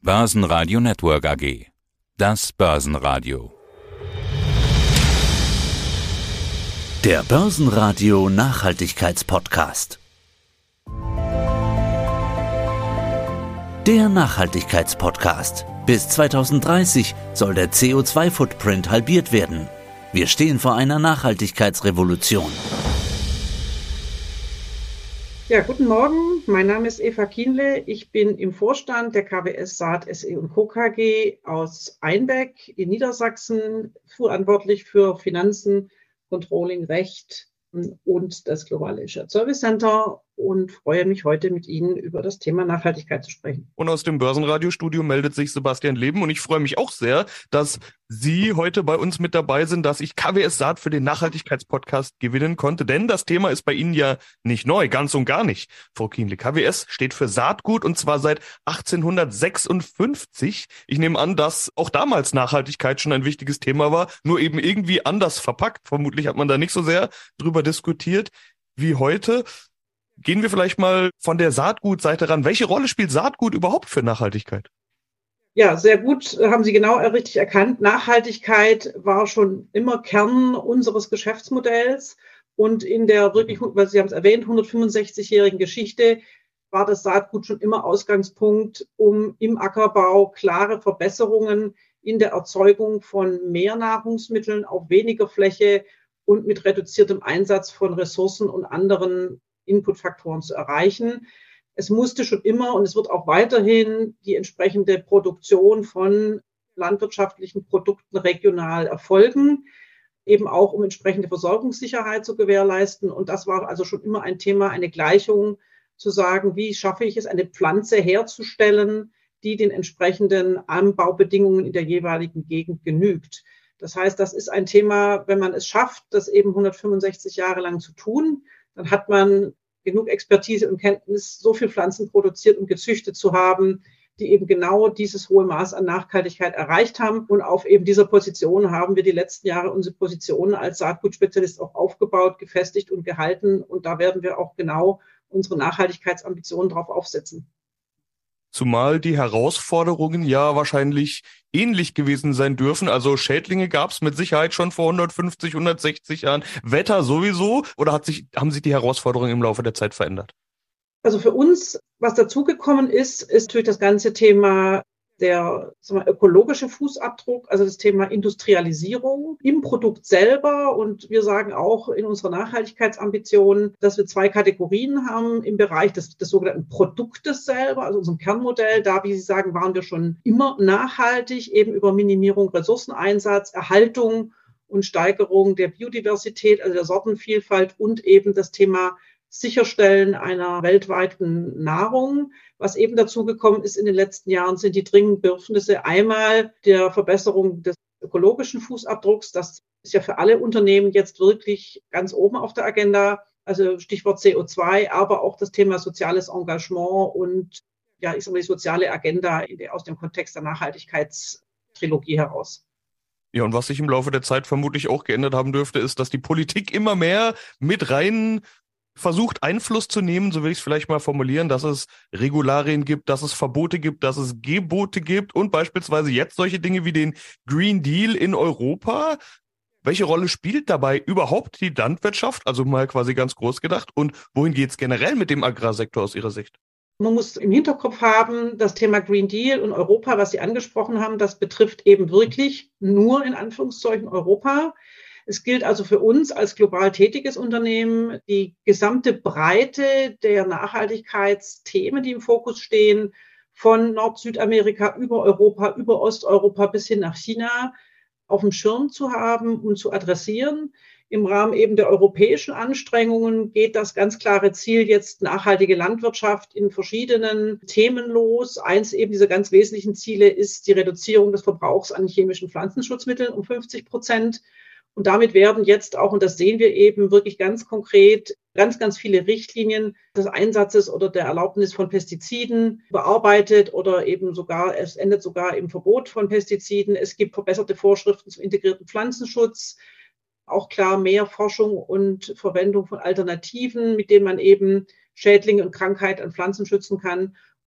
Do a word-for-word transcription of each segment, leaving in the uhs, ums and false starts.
Börsenradio Network A G. Das Börsenradio. Der Börsenradio Nachhaltigkeitspodcast. Der Nachhaltigkeitspodcast. Bis zweitausenddreißig soll der C O zwei Footprint halbiert werden. Wir stehen vor einer Nachhaltigkeitsrevolution. Ja, guten Morgen. Mein Name ist Eva Kienle. Ich bin im Vorstand der K W S Saat S E und Co. K G aus Einbeck in Niedersachsen, verantwortlich für Finanzen, Controlling, Recht und das globale Shared Service Center und freue mich heute mit Ihnen über das Thema Nachhaltigkeit zu sprechen. Und aus dem Börsenradiostudio meldet sich Sebastian Leben und ich freue mich auch sehr, dass Sie heute bei uns mit dabei sind, dass ich K W S Saat für den Nachhaltigkeitspodcast gewinnen konnte, denn das Thema ist bei Ihnen ja nicht neu, ganz und gar nicht, Frau Kienle. K W S steht für Saatgut und zwar seit achtzehnhundertsechsundfünfzig. Ich nehme an, dass auch damals Nachhaltigkeit schon ein wichtiges Thema war, nur eben irgendwie anders verpackt. Vermutlich hat man da nicht so sehr drüber diskutiert wie heute. Gehen wir vielleicht mal von der Saatgutseite ran. Welche Rolle spielt Saatgut überhaupt für Nachhaltigkeit? Ja, sehr gut, haben Sie genau richtig erkannt. Nachhaltigkeit war schon immer Kern unseres Geschäftsmodells und in der wirklich, weil Sie haben es erwähnt, hundertfünfundsechzigjährigen Geschichte war das Saatgut schon immer Ausgangspunkt, um im Ackerbau klare Verbesserungen in der Erzeugung von mehr Nahrungsmitteln auf weniger Fläche und mit reduziertem Einsatz von Ressourcen und anderen Inputfaktoren zu erreichen. Es musste schon immer und es wird auch weiterhin die entsprechende Produktion von landwirtschaftlichen Produkten regional erfolgen, eben auch um entsprechende Versorgungssicherheit zu gewährleisten. Und das war also schon immer ein Thema, eine Gleichung zu sagen, wie schaffe ich es, eine Pflanze herzustellen, die den entsprechenden Anbaubedingungen in der jeweiligen Gegend genügt. Das heißt, das ist ein Thema, wenn man es schafft, das eben hundertfünfundsechzig Jahre lang zu tun, dann hat man genug Expertise und Kenntnis, so viel Pflanzen produziert und gezüchtet zu haben, die eben genau dieses hohe Maß an Nachhaltigkeit erreicht haben. Und auf eben dieser Position haben wir die letzten Jahre unsere Position als Saatgutspezialist auch aufgebaut, gefestigt und gehalten. Und da werden wir auch genau unsere Nachhaltigkeitsambitionen drauf aufsetzen. Zumal die Herausforderungen ja wahrscheinlich ähnlich gewesen sein dürfen. Also Schädlinge gab es mit Sicherheit schon vor hundertfünfzig, hundertsechzig Jahren. Wetter sowieso? Oder hat sich, haben sich die Herausforderungen im Laufe der Zeit verändert? Also für uns, was dazugekommen ist, ist natürlich das ganze Thema der sagen wir, ökologische Fußabdruck, also das Thema Industrialisierung im Produkt selber. Und wir sagen auch in unserer Nachhaltigkeitsambition, dass wir zwei Kategorien haben im Bereich des, des sogenannten Produktes selber, also unserem Kernmodell. Da, wie Sie sagen, waren wir schon immer nachhaltig, eben über Minimierung, Ressourceneinsatz, Erhaltung und Steigerung der Biodiversität, also der Sortenvielfalt und eben das Thema Sicherstellen einer weltweiten Nahrung. Was eben dazugekommen ist in den letzten Jahren, sind die dringenden Bedürfnisse einmal der Verbesserung des ökologischen Fußabdrucks. Das ist ja für alle Unternehmen jetzt wirklich ganz oben auf der Agenda. Also Stichwort C O zwei, aber auch das Thema soziales Engagement und ja, ich sage mal die soziale Agenda in der, aus dem Kontext der Nachhaltigkeitstrilogie heraus. Ja, und was sich im Laufe der Zeit vermutlich auch geändert haben dürfte, ist, dass die Politik immer mehr mit rein versucht, Einfluss zu nehmen, so will ich es vielleicht mal formulieren, dass es Regularien gibt, dass es Verbote gibt, dass es Gebote gibt und beispielsweise jetzt solche Dinge wie den Green Deal in Europa. Welche Rolle spielt dabei überhaupt die Landwirtschaft, also mal quasi ganz groß gedacht, und wohin geht es generell mit dem Agrarsektor aus Ihrer Sicht? Man muss im Hinterkopf haben, das Thema Green Deal und Europa, was Sie angesprochen haben, das betrifft eben wirklich nur in Anführungszeichen Europa. Es gilt also für uns als global tätiges Unternehmen, die gesamte Breite der Nachhaltigkeitsthemen, die im Fokus stehen, von Nord-Südamerika über Europa, über Osteuropa bis hin nach China auf dem Schirm zu haben und zu adressieren. Im Rahmen eben der europäischen Anstrengungen geht das ganz klare Ziel jetzt nachhaltige Landwirtschaft in verschiedenen Themen los. Eins eben dieser ganz wesentlichen Ziele ist die Reduzierung des Verbrauchs an chemischen Pflanzenschutzmitteln um fünfzig Prozent. Und damit werden jetzt auch, und das sehen wir eben wirklich ganz konkret, ganz, ganz viele Richtlinien des Einsatzes oder der Erlaubnis von Pestiziden bearbeitet oder eben sogar, es endet sogar im Verbot von Pestiziden. Es gibt verbesserte Vorschriften zum integrierten Pflanzenschutz. Auch klar mehr Forschung und Verwendung von Alternativen, mit denen man eben Schädlinge und Krankheit an Pflanzen schützen kann.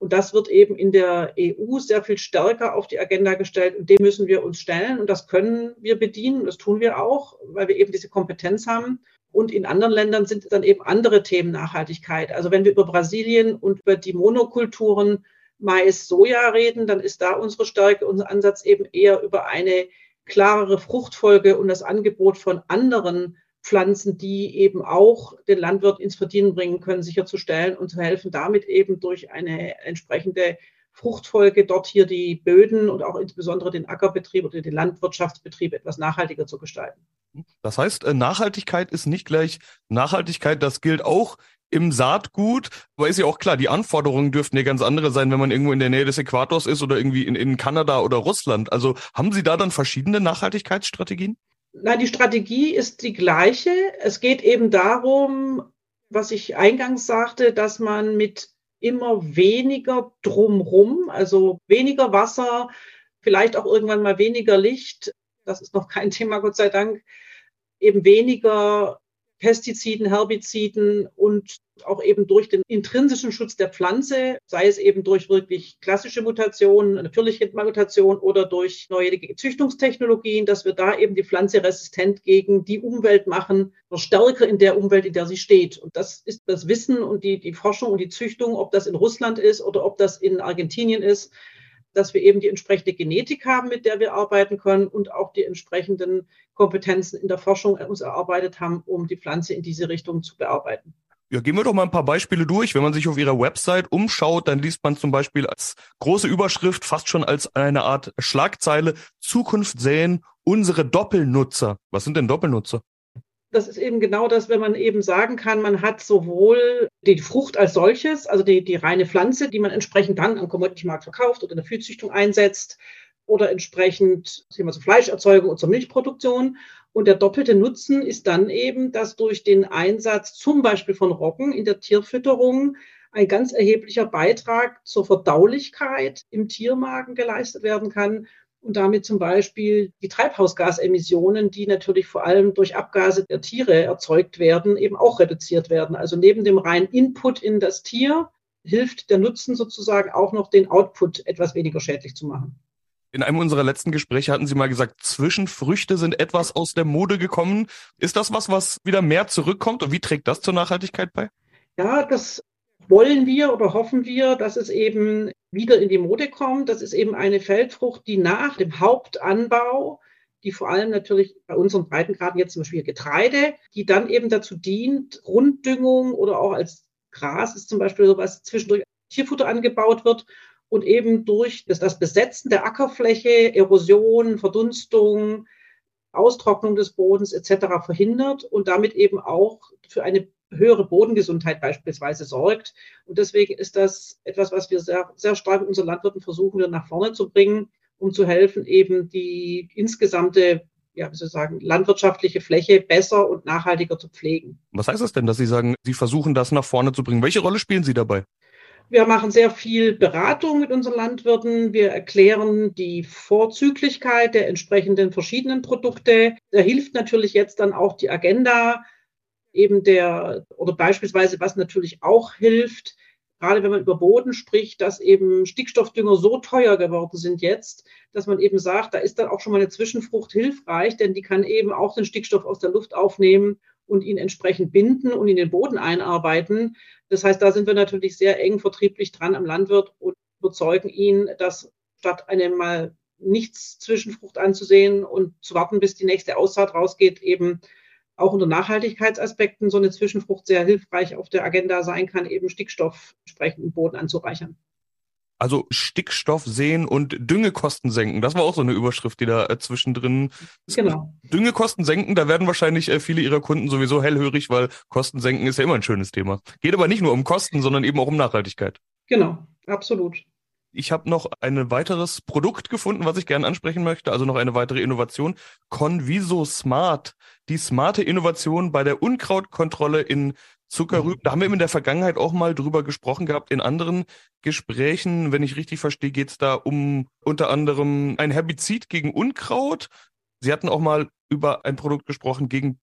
Und das wird eben in der E U sehr viel stärker auf die Agenda gestellt und dem müssen wir uns stellen und das können wir bedienen, das tun wir auch, weil wir eben diese Kompetenz haben. Und in anderen Ländern sind dann eben andere Themen Nachhaltigkeit. Also wenn wir über Brasilien und über die Monokulturen Mais, Soja reden, dann ist da unsere Stärke, unser Ansatz eben eher über eine klarere Fruchtfolge und das Angebot von anderen Pflanzen, die eben auch den Landwirt ins Verdienen bringen können, sicherzustellen und zu helfen, damit eben durch eine entsprechende Fruchtfolge dort hier die Böden und auch insbesondere den Ackerbetrieb oder den Landwirtschaftsbetrieb etwas nachhaltiger zu gestalten. Das heißt, Nachhaltigkeit ist nicht gleich Nachhaltigkeit, das gilt auch im Saatgut, aber ist ja auch klar, die Anforderungen dürften ja ganz andere sein, wenn man irgendwo in der Nähe des Äquators ist oder irgendwie in, in Kanada oder Russland. Also haben Sie da dann verschiedene Nachhaltigkeitsstrategien? Nein, die Strategie ist die gleiche. Es geht eben darum, was ich eingangs sagte, dass man mit immer weniger drumrum, also weniger Wasser, vielleicht auch irgendwann mal weniger Licht, das ist noch kein Thema, Gott sei Dank, eben weniger Pestiziden, Herbiziden und auch eben durch den intrinsischen Schutz der Pflanze, sei es eben durch wirklich klassische Mutationen, natürliche Mutation oder durch neue Züchtungstechnologien, dass wir da eben die Pflanze resistent gegen die Umwelt machen, oder stärker in der Umwelt, in der sie steht. Und das ist das Wissen und die, die Forschung und die Züchtung, ob das in Russland ist oder ob das in Argentinien ist, dass wir eben die entsprechende Genetik haben, mit der wir arbeiten können und auch die entsprechenden Kompetenzen in der Forschung uns erarbeitet haben, um die Pflanze in diese Richtung zu bearbeiten. Ja, gehen wir doch mal ein paar Beispiele durch. Wenn man sich auf Ihrer Website umschaut, dann liest man zum Beispiel als große Überschrift, fast schon als eine Art Schlagzeile, Zukunft säen, unsere Doppelnutzer. Was sind denn Doppelnutzer? Das ist eben genau das, wenn man eben sagen kann, man hat sowohl die Frucht als solches, also die, die reine Pflanze, die man entsprechend dann am Commodity-Markt verkauft oder in der Viehzüchtung einsetzt oder entsprechend Thema zur Fleischerzeugung und zur Milchproduktion. Und der doppelte Nutzen ist dann eben, dass durch den Einsatz zum Beispiel von Roggen in der Tierfütterung ein ganz erheblicher Beitrag zur Verdaulichkeit im Tiermagen geleistet werden kann. Und damit zum Beispiel die Treibhausgasemissionen, die natürlich vor allem durch Abgase der Tiere erzeugt werden, eben auch reduziert werden. Also neben dem reinen Input in das Tier hilft der Nutzen sozusagen auch noch, den Output etwas weniger schädlich zu machen. In einem unserer letzten Gespräche hatten Sie mal gesagt, Zwischenfrüchte sind etwas aus der Mode gekommen. Ist das was, was wieder mehr zurückkommt? Und wie trägt das zur Nachhaltigkeit bei? Ja, das wollen wir oder hoffen wir, dass es eben wieder in die Mode kommt. Das ist eben eine Feldfrucht, die nach dem Hauptanbau, die vor allem natürlich bei unseren Breitengraden jetzt zum Beispiel Getreide, die dann eben dazu dient, Grunddüngung oder auch als Gras ist zum Beispiel sowas zwischendurch Tierfutter angebaut wird und eben durch das, das Besetzen der Ackerfläche, Erosion, Verdunstung, Austrocknung des Bodens et cetera verhindert und damit eben auch für eine höhere Bodengesundheit beispielsweise sorgt. Und deswegen ist das etwas, was wir sehr, sehr stark mit unseren Landwirten versuchen, wieder nach vorne zu bringen, um zu helfen, eben die insgesamte, ja, wie soll ich sagen, landwirtschaftliche Fläche besser und nachhaltiger zu pflegen. Was heißt das denn, dass Sie sagen, Sie versuchen, das nach vorne zu bringen? Welche Rolle spielen Sie dabei? Wir machen sehr viel Beratung mit unseren Landwirten. Wir erklären die Vorzüglichkeit der entsprechenden verschiedenen Produkte. Da hilft natürlich jetzt dann auch die Agenda, eben der, oder beispielsweise, was natürlich auch hilft, gerade wenn man über Boden spricht, dass eben Stickstoffdünger so teuer geworden sind jetzt, dass man eben sagt, da ist dann auch schon mal eine Zwischenfrucht hilfreich, denn die kann eben auch den Stickstoff aus der Luft aufnehmen und ihn entsprechend binden und in den Boden einarbeiten. Das heißt, da sind wir natürlich sehr eng vertrieblich dran am Landwirt und überzeugen ihn, dass statt eine mal nichts Zwischenfrucht anzusehen und zu warten, bis die nächste Aussaat rausgeht, eben auch unter Nachhaltigkeitsaspekten so eine Zwischenfrucht sehr hilfreich auf der Agenda sein kann, eben Stickstoff entsprechend im Boden anzureichern. Also Stickstoff säen und Düngekosten senken. Das war auch so eine Überschrift, die da äh, zwischendrin ist. Genau. Düngekosten senken, da werden wahrscheinlich äh, viele Ihrer Kunden sowieso hellhörig, weil Kosten senken ist ja immer ein schönes Thema. Geht aber nicht nur um Kosten, sondern eben auch um Nachhaltigkeit. Genau, absolut. Ich habe noch ein weiteres Produkt gefunden, was ich gerne ansprechen möchte, also noch eine weitere Innovation. Conviso Smart, die smarte Innovation bei der Unkrautkontrolle in Zuckerrüben. Da haben wir in der Vergangenheit auch mal drüber gesprochen gehabt in anderen Gesprächen. Wenn ich richtig verstehe, geht es da um unter anderem ein Herbizid gegen Unkraut. Sie hatten auch mal über ein Produkt gesprochen gegen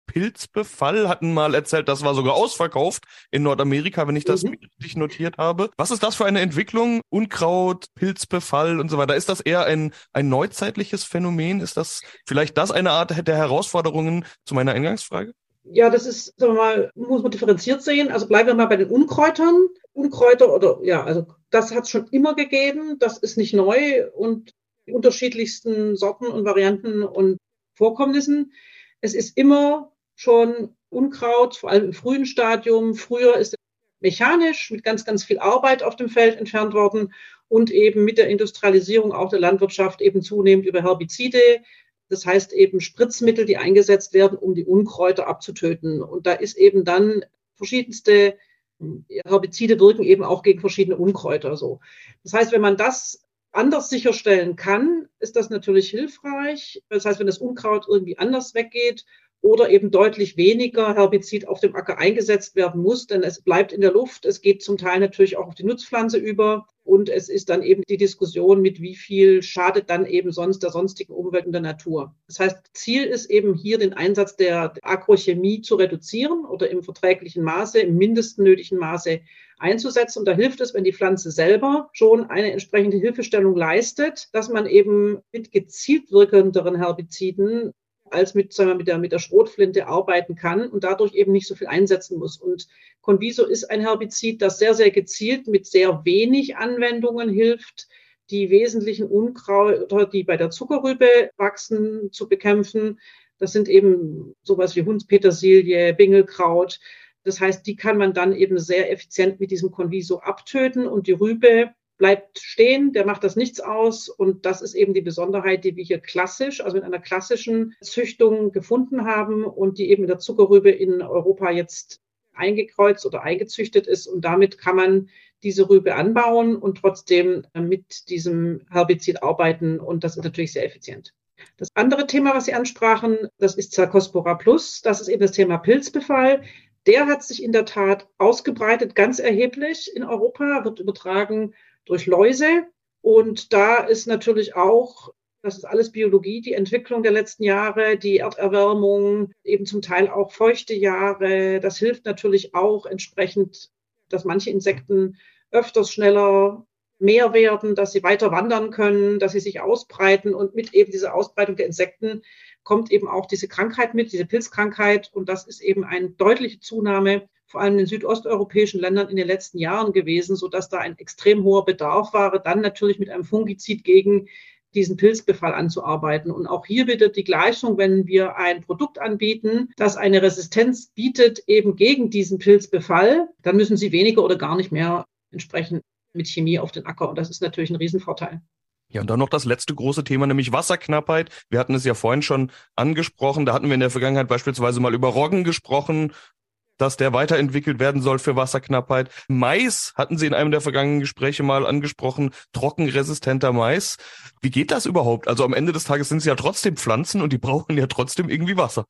Pilzbefall, hatten mal erzählt, das war sogar ausverkauft in Nordamerika, wenn ich das Mhm. richtig notiert habe. Was ist das für eine Entwicklung? Unkraut, Pilzbefall und so weiter. Ist das eher ein, ein neuzeitliches Phänomen? Ist das vielleicht das eine Art der Herausforderungen zu meiner Eingangsfrage? Ja, das ist, sagen wir mal, muss man differenziert sehen. Also bleiben wir mal bei den Unkräutern. Unkräuter oder ja, also das hat es schon immer gegeben. Das ist nicht neu und die unterschiedlichsten Sorten und Varianten und Vorkommnissen. Es ist immer schon Unkraut, vor allem im frühen Stadium. Früher ist es mechanisch mit ganz, ganz viel Arbeit auf dem Feld entfernt worden und eben mit der Industrialisierung auch der Landwirtschaft eben zunehmend über Herbizide. Das heißt eben Spritzmittel, die eingesetzt werden, um die Unkräuter abzutöten. Und da ist eben dann verschiedenste Herbizide wirken eben auch gegen verschiedene Unkräuter so. Das heißt, wenn man das anders sicherstellen kann, ist das natürlich hilfreich. Das heißt, wenn das Unkraut irgendwie anders weggeht oder eben deutlich weniger Herbizid auf dem Acker eingesetzt werden muss, denn es bleibt in der Luft. Es geht zum Teil natürlich auch auf die Nutzpflanze über. Und es ist dann eben die Diskussion, mit wie viel schadet dann eben sonst der sonstigen Umwelt und der Natur. Das heißt, Ziel ist eben hier, den Einsatz der Agrochemie zu reduzieren oder im verträglichen Maße, im mindesten nötigen Maße einzusetzen. Und da hilft es, wenn die Pflanze selber schon eine entsprechende Hilfestellung leistet, dass man eben mit gezielt wirkenderen Herbiziden als mit, sagen wir, mit der, mit der Schrotflinte arbeiten kann und dadurch eben nicht so viel einsetzen muss. Und Conviso ist ein Herbizid, das sehr, sehr gezielt mit sehr wenig Anwendungen hilft, die wesentlichen Unkräuter, die bei der Zuckerrübe wachsen, zu bekämpfen. Das sind eben sowas wie Hundspetersilie, Bingelkraut. Das heißt, die kann man dann eben sehr effizient mit diesem Conviso abtöten und die Rübe bleibt stehen, der macht das nichts aus. Und das ist eben die Besonderheit, die wir hier klassisch, also in einer klassischen Züchtung gefunden haben und die eben in der Zuckerrübe in Europa jetzt eingekreuzt oder eingezüchtet ist. Und damit kann man diese Rübe anbauen und trotzdem mit diesem Herbizid arbeiten. Und das ist natürlich sehr effizient. Das andere Thema, was Sie ansprachen, das ist Cercospora Plus. Das ist eben das Thema Pilzbefall. Der hat sich in der Tat ausgebreitet, ganz erheblich in Europa, wird übertragen durch Läuse. Und da ist natürlich auch, das ist alles Biologie, die Entwicklung der letzten Jahre, die Erderwärmung, eben zum Teil auch feuchte Jahre. Das hilft natürlich auch entsprechend, dass manche Insekten öfters schneller mehr werden, dass sie weiter wandern können, dass sie sich ausbreiten. Und mit eben dieser Ausbreitung der Insekten kommt eben auch diese Krankheit mit, diese Pilzkrankheit. Und das ist eben eine deutliche Zunahme, vor allem in den südosteuropäischen Ländern in den letzten Jahren gewesen, sodass da ein extrem hoher Bedarf war, dann natürlich mit einem Fungizid gegen diesen Pilzbefall anzuarbeiten. Und auch hier wieder die Gleichung, wenn wir ein Produkt anbieten, das eine Resistenz bietet eben gegen diesen Pilzbefall, dann müssen Sie weniger oder gar nicht mehr entsprechend mit Chemie auf den Acker. Und das ist natürlich ein Riesenvorteil. Ja, und dann noch das letzte große Thema, nämlich Wasserknappheit. Wir hatten es ja vorhin schon angesprochen. Da hatten wir in der Vergangenheit beispielsweise mal über Roggen gesprochen, dass der weiterentwickelt werden soll für Wasserknappheit. Mais hatten Sie in einem der vergangenen Gespräche mal angesprochen, trockenresistenter Mais. Wie geht das überhaupt? Also am Ende des Tages sind es ja trotzdem Pflanzen und die brauchen ja trotzdem irgendwie Wasser.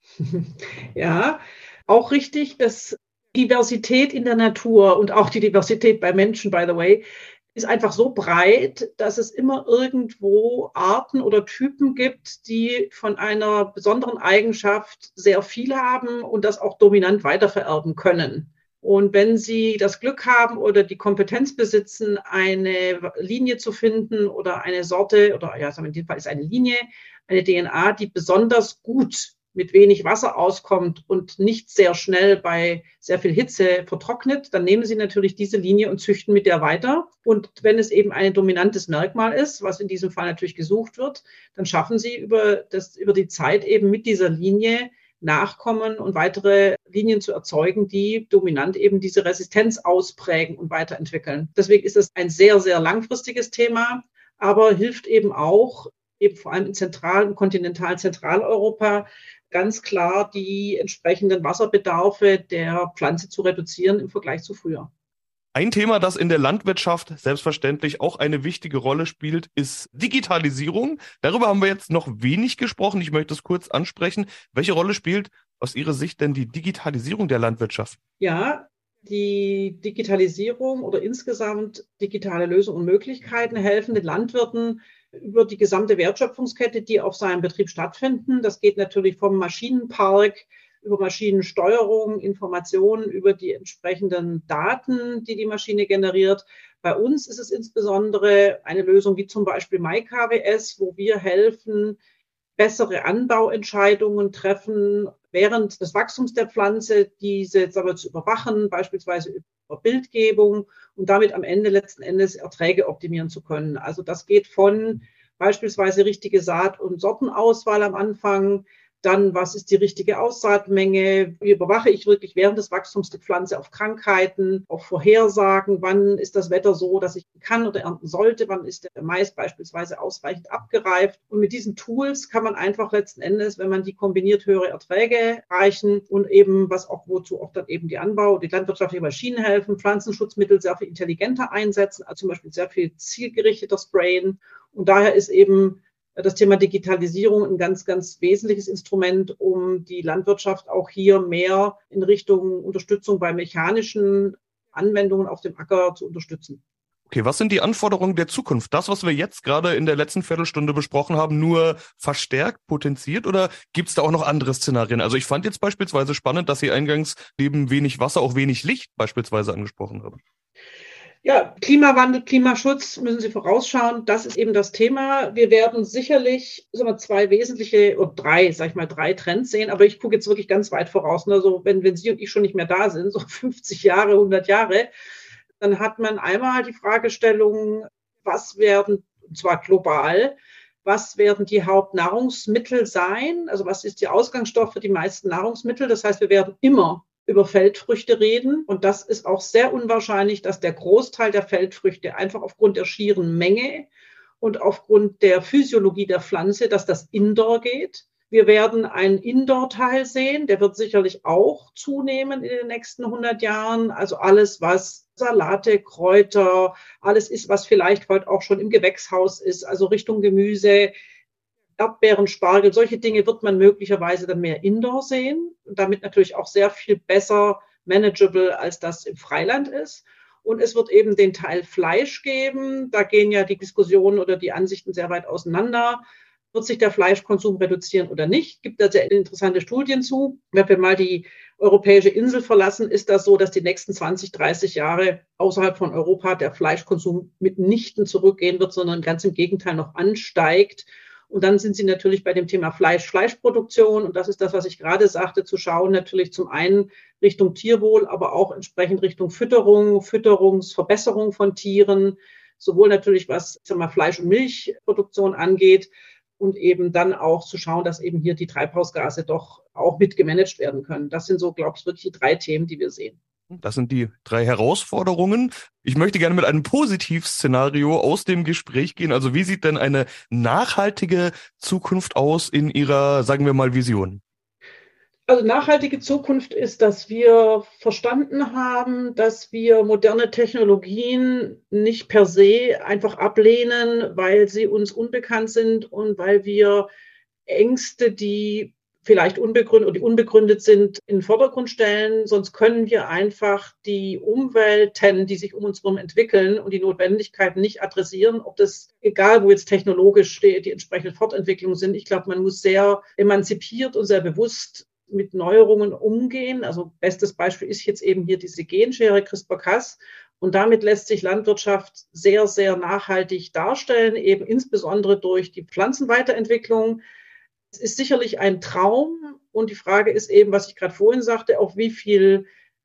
Ja, auch richtig, dass Diversität in der Natur und auch die Diversität bei Menschen, by the way, ist einfach so breit, dass es immer irgendwo Arten oder Typen gibt, die von einer besonderen Eigenschaft sehr viel haben und das auch dominant weitervererben können. Und wenn Sie das Glück haben oder die Kompetenz besitzen, eine Linie zu finden oder eine Sorte, oder ja, in diesem Fall ist eine Linie, eine D N A, die besonders gut mit wenig Wasser auskommt und nicht sehr schnell bei sehr viel Hitze vertrocknet, dann nehmen Sie natürlich diese Linie und züchten mit der weiter. Und wenn es eben ein dominantes Merkmal ist, was in diesem Fall natürlich gesucht wird, dann schaffen Sie über, das, über die Zeit eben mit dieser Linie Nachkommen und weitere Linien zu erzeugen, die dominant eben diese Resistenz ausprägen und weiterentwickeln. Deswegen ist es ein sehr, sehr langfristiges Thema, aber hilft eben auch, eben vor allem in Zentral- und Kontinental-Zentraleuropa, ganz klar die entsprechenden Wasserbedarfe der Pflanze zu reduzieren im Vergleich zu früher. Ein Thema, das in der Landwirtschaft selbstverständlich auch eine wichtige Rolle spielt, ist Digitalisierung. Darüber haben wir jetzt noch wenig gesprochen. Ich möchte es kurz ansprechen. Welche Rolle spielt aus Ihrer Sicht denn die Digitalisierung der Landwirtschaft? Ja, die Digitalisierung oder insgesamt digitale Lösungen und Möglichkeiten helfen den Landwirten über die gesamte Wertschöpfungskette, die auf seinem Betrieb stattfinden. Das geht natürlich vom Maschinenpark über Maschinensteuerung, Informationen über die entsprechenden Daten, die die Maschine generiert. Bei uns ist es insbesondere eine Lösung wie zum Beispiel MyKWS, wo wir helfen, bessere Anbauentscheidungen treffen während des Wachstums der Pflanze, diese sagen wir, zu überwachen, beispielsweise über Bildgebung und damit am Ende letzten Endes Erträge optimieren zu können. Also das geht von beispielsweise richtige Saat- und Sortenauswahl am Anfang, dann was ist die richtige Aussaatmenge, wie überwache ich wirklich während des Wachstums die Pflanze auf Krankheiten, auf Vorhersagen, wann ist das Wetter so, dass ich kann oder ernten sollte, wann ist der Mais beispielsweise ausreichend abgereift. Und mit diesen Tools kann man einfach letzten Endes, wenn man die kombiniert, höhere Erträge erreichen und eben, was auch wozu auch dann eben die Anbau, die landwirtschaftlichen Maschinen helfen, Pflanzenschutzmittel sehr viel intelligenter einsetzen, also zum Beispiel sehr viel zielgerichteter sprayen. Und daher ist eben das Thema Digitalisierung ein ganz, ganz wesentliches Instrument, um die Landwirtschaft auch hier mehr in Richtung Unterstützung bei mechanischen Anwendungen auf dem Acker zu unterstützen. Okay, was sind die Anforderungen der Zukunft? Das, was wir jetzt gerade in der letzten Viertelstunde besprochen haben, nur verstärkt, potenziert oder gibt es da auch noch andere Szenarien? Also ich fand jetzt beispielsweise spannend, dass Sie eingangs neben wenig Wasser auch wenig Licht beispielsweise angesprochen haben. Ja, Klimawandel, Klimaschutz müssen Sie vorausschauen. Das ist eben das Thema. Wir werden sicherlich sagen wir, zwei wesentliche oder drei, sag ich mal, drei Trends sehen. Aber ich gucke jetzt wirklich ganz weit voraus. Also wenn, wenn Sie und ich schon nicht mehr da sind, so fünfzig Jahre, hundert Jahre, dann hat man einmal die Fragestellung, was werden, und zwar global, was werden die Hauptnahrungsmittel sein? Also was ist der Ausgangsstoff für die meisten Nahrungsmittel? Das heißt, wir werden immer über Feldfrüchte reden. Und das ist auch sehr unwahrscheinlich, dass der Großteil der Feldfrüchte einfach aufgrund der schieren Menge und aufgrund der Physiologie der Pflanze, dass das Indoor geht. Wir werden einen Indoor-Teil sehen, der wird sicherlich auch zunehmen in den nächsten hundert Jahren. Also alles, was Salate, Kräuter, alles ist, was vielleicht heute auch schon im Gewächshaus ist, also Richtung Gemüse, Erdbeeren, Spargel, solche Dinge wird man möglicherweise dann mehr Indoor sehen und damit natürlich auch sehr viel besser manageable, als das im Freiland ist. Und es wird eben den Teil Fleisch geben. Da gehen ja die Diskussionen oder die Ansichten sehr weit auseinander. Wird sich der Fleischkonsum reduzieren oder nicht? Gibt da sehr interessante Studien zu. Wenn wir mal die europäische Insel verlassen, ist das so, dass die nächsten zwanzig, dreißig Jahre außerhalb von Europa der Fleischkonsum mitnichten zurückgehen wird, sondern ganz im Gegenteil noch ansteigt. Und dann sind Sie natürlich bei dem Thema Fleisch, Fleischproduktion. Und das ist das, was ich gerade sagte, zu schauen natürlich zum einen Richtung Tierwohl, aber auch entsprechend Richtung Fütterung, Fütterungsverbesserung von Tieren, sowohl natürlich was ich sag mal, Fleisch- und Milchproduktion angeht und eben dann auch zu schauen, dass eben hier die Treibhausgase doch auch mit gemanagt werden können. Das sind so, glaube ich, wirklich die drei Themen, die wir sehen. Das sind die drei Herausforderungen. Ich möchte gerne mit einem Positivszenario aus dem Gespräch gehen. Also wie sieht denn eine nachhaltige Zukunft aus in Ihrer, sagen wir mal, Vision? Also nachhaltige Zukunft ist, dass wir verstanden haben, dass wir moderne Technologien nicht per se einfach ablehnen, weil sie uns unbekannt sind und weil wir Ängste, die vielleicht unbegründet oder die unbegründet sind, in den Vordergrund stellen. Sonst können wir einfach die Umwelten, die sich um uns herum entwickeln und die Notwendigkeiten nicht adressieren, ob das, egal wo jetzt technologisch die, die entsprechenden Fortentwicklungen sind. Ich glaube, man muss sehr emanzipiert und sehr bewusst mit Neuerungen umgehen. Also bestes Beispiel ist jetzt eben hier diese Genschere CRISPR-Cas. Und damit lässt sich Landwirtschaft sehr, sehr nachhaltig darstellen, eben insbesondere durch die Pflanzenweiterentwicklung. Es ist sicherlich ein Traum und die Frage ist eben, was ich gerade vorhin sagte, auf wie viel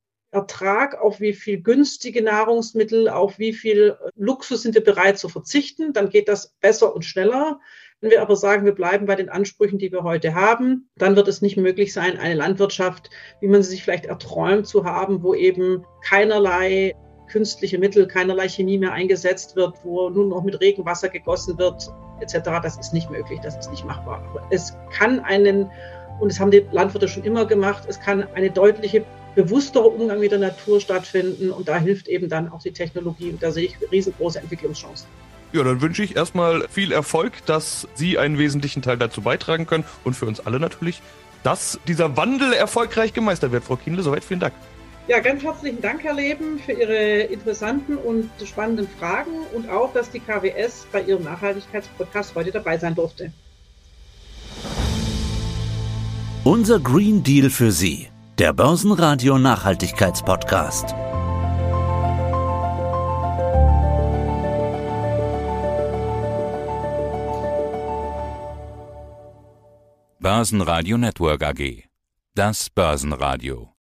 Ertrag, auf wie viel günstige Nahrungsmittel, auf wie viel Luxus sind wir bereit zu verzichten. Dann geht das besser und schneller. Wenn wir aber sagen, wir bleiben bei den Ansprüchen, die wir heute haben, dann wird es nicht möglich sein, eine Landwirtschaft, wie man sie sich vielleicht erträumt zu haben, wo eben keinerlei künstliche Mittel, keinerlei Chemie mehr eingesetzt wird, wo nur noch mit Regenwasser gegossen wird, et cetera. Das ist nicht möglich, das ist nicht machbar. Aber es kann einen, und das haben die Landwirte schon immer gemacht, es kann eine deutliche, bewusstere Umgang mit der Natur stattfinden und da hilft eben dann auch die Technologie und da sehe ich riesengroße Entwicklungschancen. Ja, dann wünsche ich erstmal viel Erfolg, dass Sie einen wesentlichen Teil dazu beitragen können und für uns alle natürlich, dass dieser Wandel erfolgreich gemeistert wird. Frau Kienle, soweit vielen Dank. Ja, ganz herzlichen Dank, Herr Leben, für Ihre interessanten und spannenden Fragen und auch, dass die K W S bei Ihrem Nachhaltigkeitspodcast heute dabei sein durfte. Unser Green Deal für Sie, der Börsenradio Nachhaltigkeitspodcast. Börsenradio Network A G. Das Börsenradio.